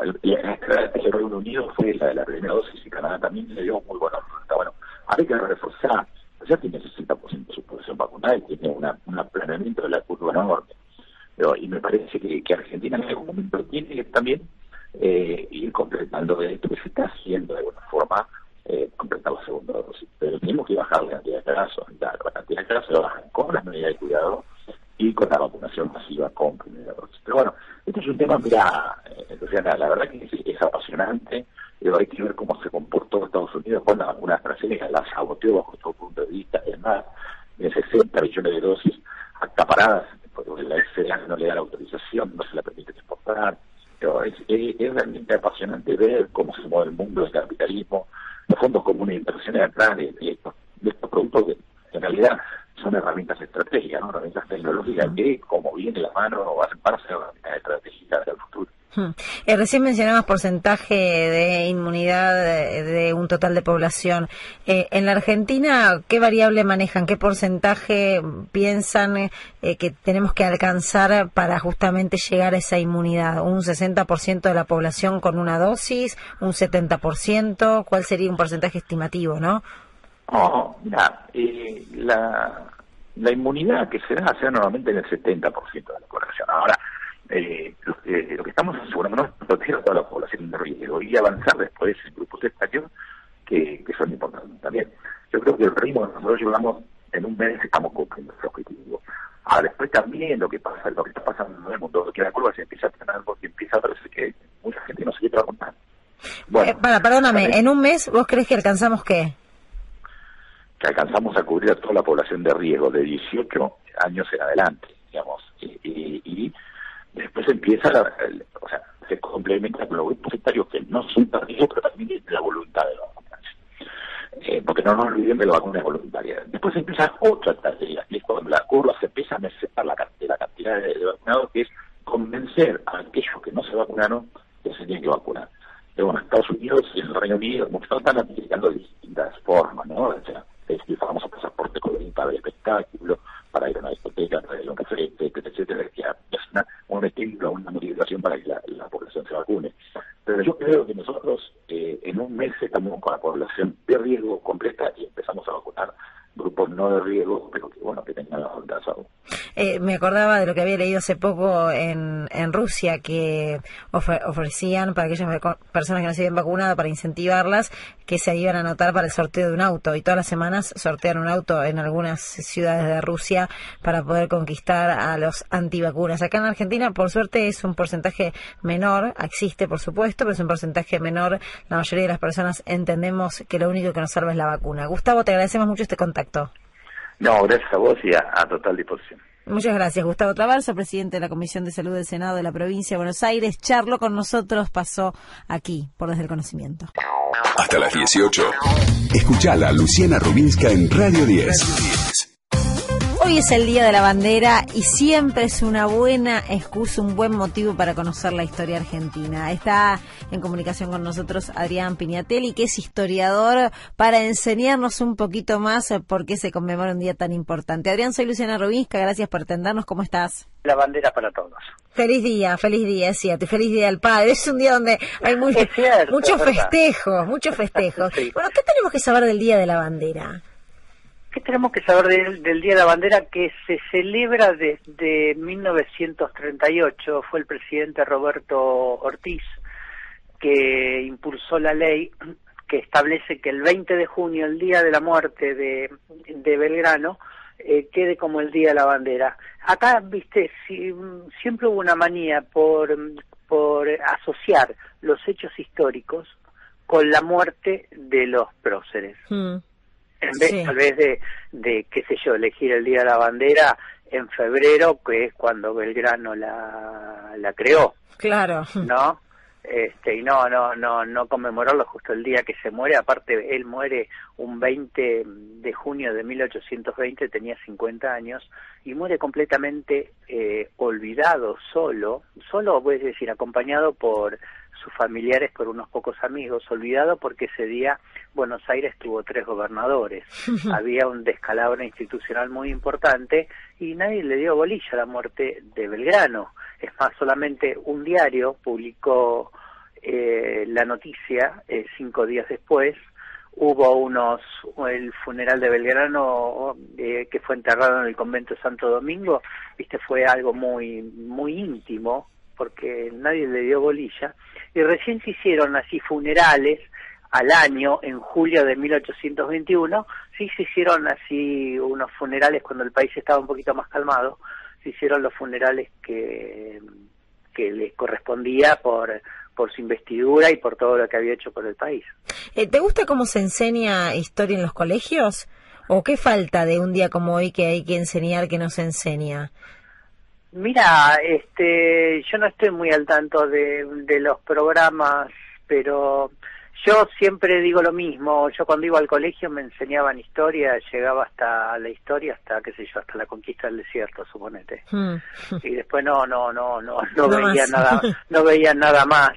F: El Reino Unido fue la de la primera dosis y Canadá también le dio muy buenos resultados. Bueno, hay que reforzar, ya tiene 60% de su población vacunada y tiene un aplanamiento de la curva enorme. Y me parece que Argentina en algún momento tiene que también ir completando esto que se está haciendo de alguna forma, completar la segunda dosis. Pero tenemos que bajar la cantidad de casos, la cantidad de casos se bajan con las medidas de cuidado y con la vacunación masiva con primera dosis. Pero bueno, este es un tema, mira, Luciana, la verdad que es apasionante, pero hay que ver cómo se comportó Estados Unidos con la vacuna AstraZeneca, la saboteó bajo todo punto de vista, es más, de 60 millones de dosis acaparadas, porque la FDA no le da la autorización, no se la permite exportar. Pero es realmente apasionante ver cómo se mueve el mundo del capitalismo, los fondos comunes de inversiones atrás de estos productos que en realidad son herramientas estratégicas, ¿no? Herramientas tecnológicas que, como viene la mano, van a ser herramientas estratégicas del futuro.
B: Recién mencionabas porcentaje de inmunidad de un total de población. En la Argentina, ¿qué variable manejan? ¿Qué porcentaje piensan que tenemos que alcanzar para justamente llegar a esa inmunidad? ¿Un 60% de la población con una dosis? ¿Un 70%? ¿Cuál sería un porcentaje estimativo, no?
F: Mira, la inmunidad que se da normalmente en el 70% de la población. Ahora, lo que estamos asegurando es proteger a toda la población de riesgo y avanzar después en grupos etarios que son importantes también. Yo creo que el ritmo que nosotros llevamos en un mes estamos cumpliendo ese objetivo. Ahora, después también lo que está pasando en el mundo, que la curva se empieza a frenar porque empieza a parecer que mucha gente no se quiere vacunar. Bueno,
B: perdóname, ¿en un mes vos crees que alcanzamos qué?
F: Que alcanzamos a cubrir a toda la población de riesgo de 18 años en adelante, digamos, y después empieza, se complementa con los grupos etarios que no son tan riesgos, pero también tienen la voluntad de vacunarse. Porque no nos olviden que la vacuna es voluntaria. Después empieza otra tarea, que es cuando la curva se empieza a necesitar la cantidad de vacunados, que es convencer a aquellos que no se vacunaron que se tienen que vacunar. Pero bueno, Estados Unidos y el Reino Unido, muchos están aplicando de distintas formas, ¿no? O sea, el famoso pasaporte COVID para el espectáculo, para ir a una discoteca, para ir a un café, etcétera, que es un estímulo, una motivación para que la población se vacune. Pero yo creo que nosotros en un mes estamos con la población de riesgo completa y empezamos a vacunar grupos no de riesgo, pero que tengan la voluntad de salud.
B: Me acordaba de lo que había leído hace poco en Rusia, que ofrecían para aquellas personas que no se habían vacunado, para incentivarlas, que se iban a anotar para el sorteo de un auto, y todas las semanas sortean un auto en algunas ciudades de Rusia para poder conquistar a los antivacunas. Acá en Argentina, por suerte, es un porcentaje menor, existe por supuesto, pero es un porcentaje menor. La mayoría de las personas entendemos que lo único que nos salva es la vacuna. Gustavo, te agradecemos mucho este contacto.
F: No, gracias a vos y a total disposición.
B: Muchas gracias. Gustavo Traverso, presidente de la Comisión de Salud del Senado de la Provincia de Buenos Aires, charló con nosotros, pasó aquí por Desde el Conocimiento.
A: Hasta las 18. Escuchala a Luciana Rubinska en Radio 10.
B: Hoy es el Día de la Bandera y siempre es una buena excusa, un buen motivo para conocer la historia argentina. Está en comunicación con nosotros Adrián Pignatelli, que es historiador, para enseñarnos un poquito más por qué se conmemora un día tan importante. Adrián, soy Luciana Rubinska, gracias por atendernos. ¿Cómo estás?
G: La bandera para todos.
B: Feliz día, es cierto, y feliz día del padre. Es un día donde hay muchos festejos. Sí. Bueno, ¿qué tenemos que saber del Día de la Bandera?
G: ¿Qué tenemos que saber del Día de la Bandera, que se celebra desde 1938? Fue el presidente Roberto Ortiz que impulsó la ley que establece que el 20 de junio, el día de la muerte de Belgrano, quede como el Día de la Bandera. Acá, viste, siempre hubo una manía por asociar los hechos históricos con la muerte de los próceres. En vez, tal vez de, qué sé yo, elegir el Día de la Bandera en febrero, que es cuando Belgrano la creó.
B: Claro.
G: ¿No? Y no conmemorarlo justo el día que se muere. Aparte, él muere un 20 de junio de 1820, tenía 50 años, y muere completamente olvidado, solo, voy a decir, acompañado por sus familiares, por unos pocos amigos, olvidado porque ese día Buenos Aires tuvo 3 gobernadores, había un descalabro institucional muy importante y nadie le dio bolilla a la muerte de Belgrano. Es más, solamente un diario publicó la noticia 5 días después. Hubo el funeral de Belgrano que fue enterrado en el convento de Santo Domingo, fue algo muy, muy íntimo, porque nadie le dio bolilla, y recién se hicieron así funerales al año, en julio de 1821, sí se hicieron así unos funerales cuando el país estaba un poquito más calmado, se hicieron los funerales que les correspondía por su investidura y por todo lo que había hecho por el país.
B: ¿Te gusta cómo se enseña historia en los colegios? ¿O qué falta de un día como hoy que hay que enseñar que no se enseña?
G: Mira, yo no estoy muy al tanto de los programas, pero yo siempre digo lo mismo. Yo cuando iba al colegio me enseñaban historia, llegaba hasta la historia, hasta qué sé yo, hasta la conquista del desierto, suponete. Y después no veía nada, no veía nada más.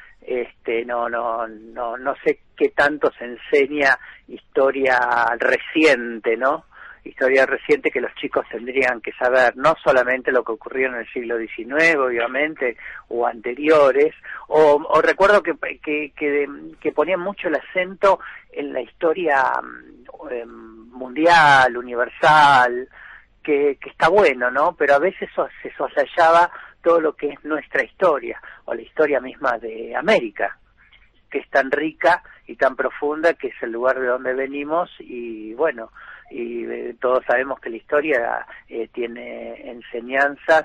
G: No sé qué tanto se enseña historia reciente, ¿no? Historia reciente que los chicos tendrían que saber, no solamente lo que ocurrió en el siglo XIX, obviamente, o anteriores, o recuerdo que ponían mucho el acento en la historia mundial, universal, que está bueno, ¿no? Pero a veces se soslayaba todo lo que es nuestra historia, o la historia misma de América, que es tan rica y tan profunda, que es el lugar de donde venimos, y bueno, todos sabemos que la historia tiene enseñanzas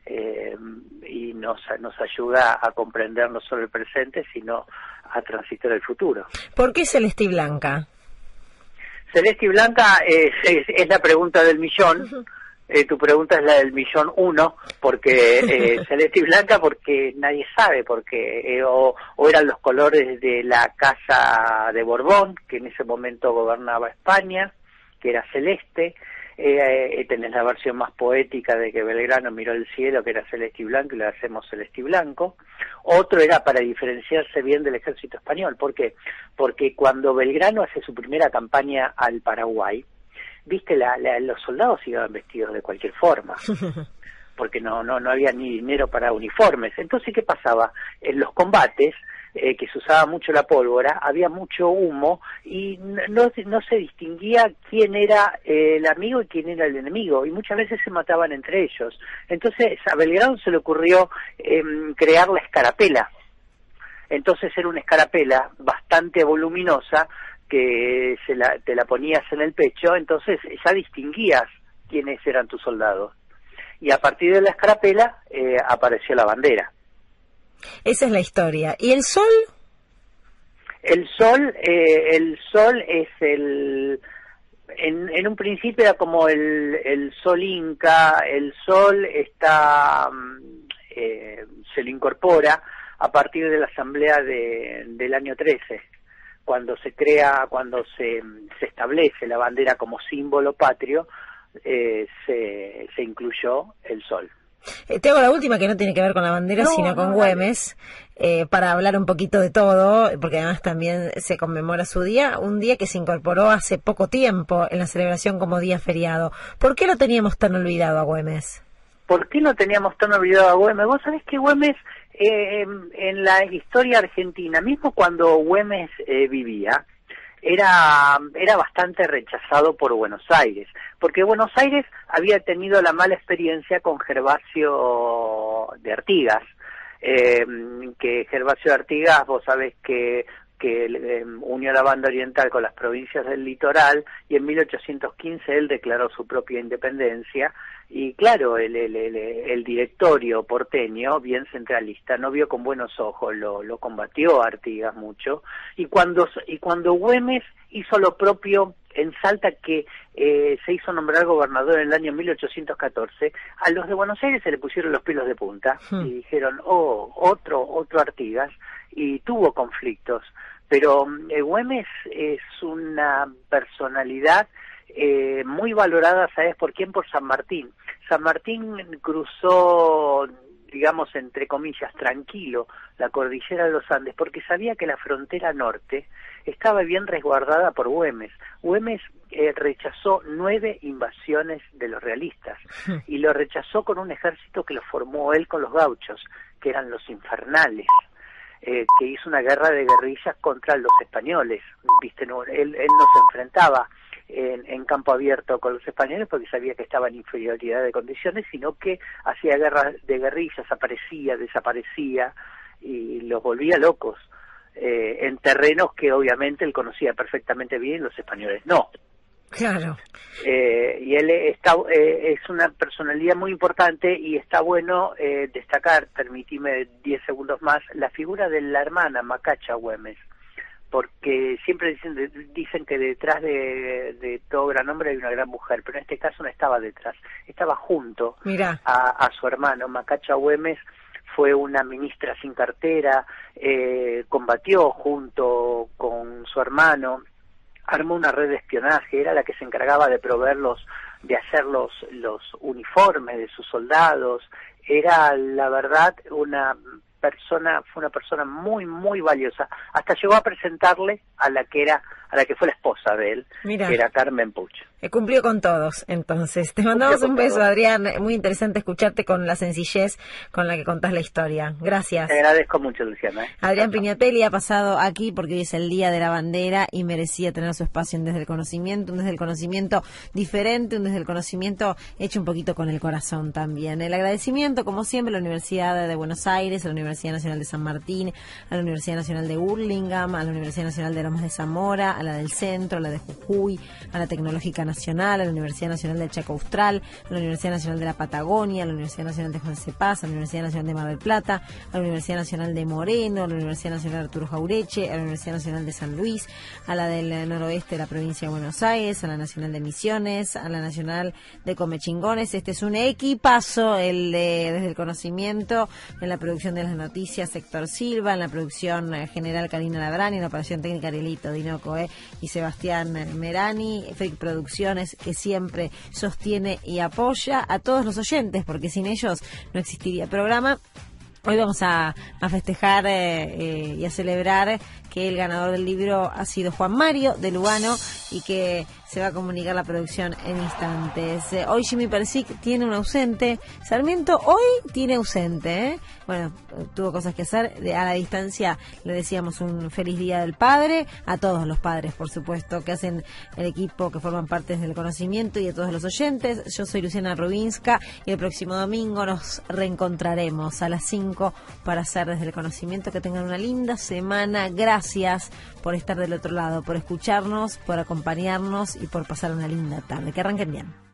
G: y nos ayuda a comprender no solo el presente, sino a transitar el futuro.
B: ¿Por qué Celeste y Blanca?
G: Celeste y Blanca es la pregunta del millón. Tu pregunta es la del 1.000.001, porque Celeste y Blanca, porque nadie sabe, porque o eran los colores de la casa de Borbón, que en ese momento gobernaba España, que era celeste. Tenés la versión más poética de que Belgrano miró el cielo, que era celeste y blanco, y le hacemos celeste y blanco. Otro era para diferenciarse bien del ejército español. ¿Por qué? Porque cuando Belgrano hace su primera campaña al Paraguay, los soldados iban vestidos de cualquier forma, porque no había ni dinero para uniformes. Entonces, ¿qué pasaba? En los combates, que se usaba mucho la pólvora, había mucho humo y no se distinguía quién era el amigo y quién era el enemigo, y muchas veces se mataban entre ellos. Entonces a Belgrano se le ocurrió crear la escarapela. Entonces era una escarapela bastante voluminosa que te la ponías en el pecho, entonces ya distinguías quiénes eran tus soldados. Y a partir de la escarapela apareció la bandera.
B: Esa es la historia. ¿Y el sol?
G: El sol es en un principio era como el sol inca. El sol se le incorpora a partir de la asamblea del año 13, cuando se establece la bandera como símbolo patrio. Se incluyó el sol.
B: Te hago la última, que no tiene que ver con la bandera, sino con Güemes, para hablar un poquito de todo, porque además también se conmemora su día, un día que se incorporó hace poco tiempo en la celebración como día feriado. ¿Por qué lo teníamos tan olvidado a Güemes?
G: ¿Por qué lo teníamos tan olvidado a Güemes? Vos sabés que Güemes, en la historia argentina, mismo cuando Güemes vivía, era bastante rechazado por Buenos Aires, porque Buenos Aires había tenido la mala experiencia con Gervasio de Artigas, que Gervasio de Artigas, vos sabés que que unió la banda oriental con las provincias del litoral, y en 1815 él declaró su propia independencia, y claro, el directorio porteño, bien centralista, no vio con buenos ojos, lo combatió a Artigas mucho, y cuando Güemes hizo lo propio en Salta, que se hizo nombrar gobernador en el año 1814, a los de Buenos Aires se le pusieron los pelos de punta y dijeron, otro Artigas, y tuvo conflictos. Pero Güemes es una personalidad muy valorada, ¿sabes por quién? Por San Martín. San Martín cruzó, digamos, entre comillas, tranquilo la cordillera de los Andes, porque sabía que la frontera norte estaba bien resguardada por Güemes. Güemes rechazó 9 invasiones de los realistas, y lo rechazó con un ejército que lo formó él con los gauchos, que eran los infernales. Que hizo una guerra de guerrillas contra los españoles, ¿viste? No, él no se enfrentaba en campo abierto con los españoles porque sabía que estaba en inferioridad de condiciones, sino que hacía guerras de guerrillas, aparecía, desaparecía, y los volvía locos en terrenos que obviamente él conocía perfectamente bien, los españoles no.
B: Claro.
G: Y él es una personalidad muy importante, y está bueno destacar, permitime 10 segundos más, la figura de la hermana Macacha Güemes, porque siempre dicen que detrás de todo gran hombre hay una gran mujer, pero en este caso no estaba detrás, estaba junto a su hermano. Macacha Güemes fue una ministra sin cartera, combatió junto con su hermano, armó una red de espionaje, era la que se encargaba de de hacer los uniformes de sus soldados. Era, la verdad, fue una persona muy, muy valiosa. Hasta llegó a presentarle a la que fue la esposa de él, que era Carmen Puch.
B: Cumplió con todos, entonces. Te mandamos un beso, Adrián. Muy interesante escucharte con la sencillez con la que contás la historia. Gracias.
G: Te agradezco mucho, Luciana.
B: Adrián Pignatelli ha pasado aquí porque hoy es el Día de la Bandera y merecía tener su espacio en Desde el Conocimiento, un Desde el Conocimiento diferente, un Desde el Conocimiento hecho un poquito con el corazón también. El agradecimiento, como siempre, a la Universidad de Buenos Aires, a la Universidad Nacional de San Martín, a la Universidad Nacional de Hurlingham, a la Universidad Nacional de Lomas de Zamora, a la del Centro, a la de Jujuy, a la Tecnológica Nacional, a la Universidad Nacional del Chaco Austral, a la Universidad Nacional de la Patagonia, a la Universidad Nacional de Juan C. Paz, a la Universidad Nacional de Mar del Plata, a la Universidad Nacional de Moreno, a la Universidad Nacional de Arturo Jaureche, a la Universidad Nacional de San Luis, a la del noroeste de la provincia de Buenos Aires, a la Nacional de Misiones, a la Nacional de Comechingones. Este es un equipazo, el de Desde el Conocimiento, en la producción de las noticias Héctor Silva, en la producción general Karina Labrani, en la operación técnica Arielito Dinoco y Sebastián Merani, Fake Producciones, que siempre sostiene y apoya a todos los oyentes, porque sin ellos no existiría el programa. Hoy vamos a festejar y a celebrar que el ganador del libro ha sido Juan Mario de Lugano, y que se va a comunicar la producción en instantes. Hoy Jimmy Persic tiene un ausente. Sarmiento hoy tiene ausente, Bueno, tuvo cosas que hacer. A la distancia le decíamos un feliz Día del Padre a todos los padres, por supuesto, que hacen el equipo, que forman parte del Conocimiento, y a todos los oyentes. Yo soy Luciana Rubinska, y el próximo domingo nos reencontraremos a las 5 para hacer Desde el Conocimiento. Que tengan una linda semana. Gracias por estar del otro lado, por escucharnos, por acompañarnos y por pasar una linda tarde. Que arranquen bien.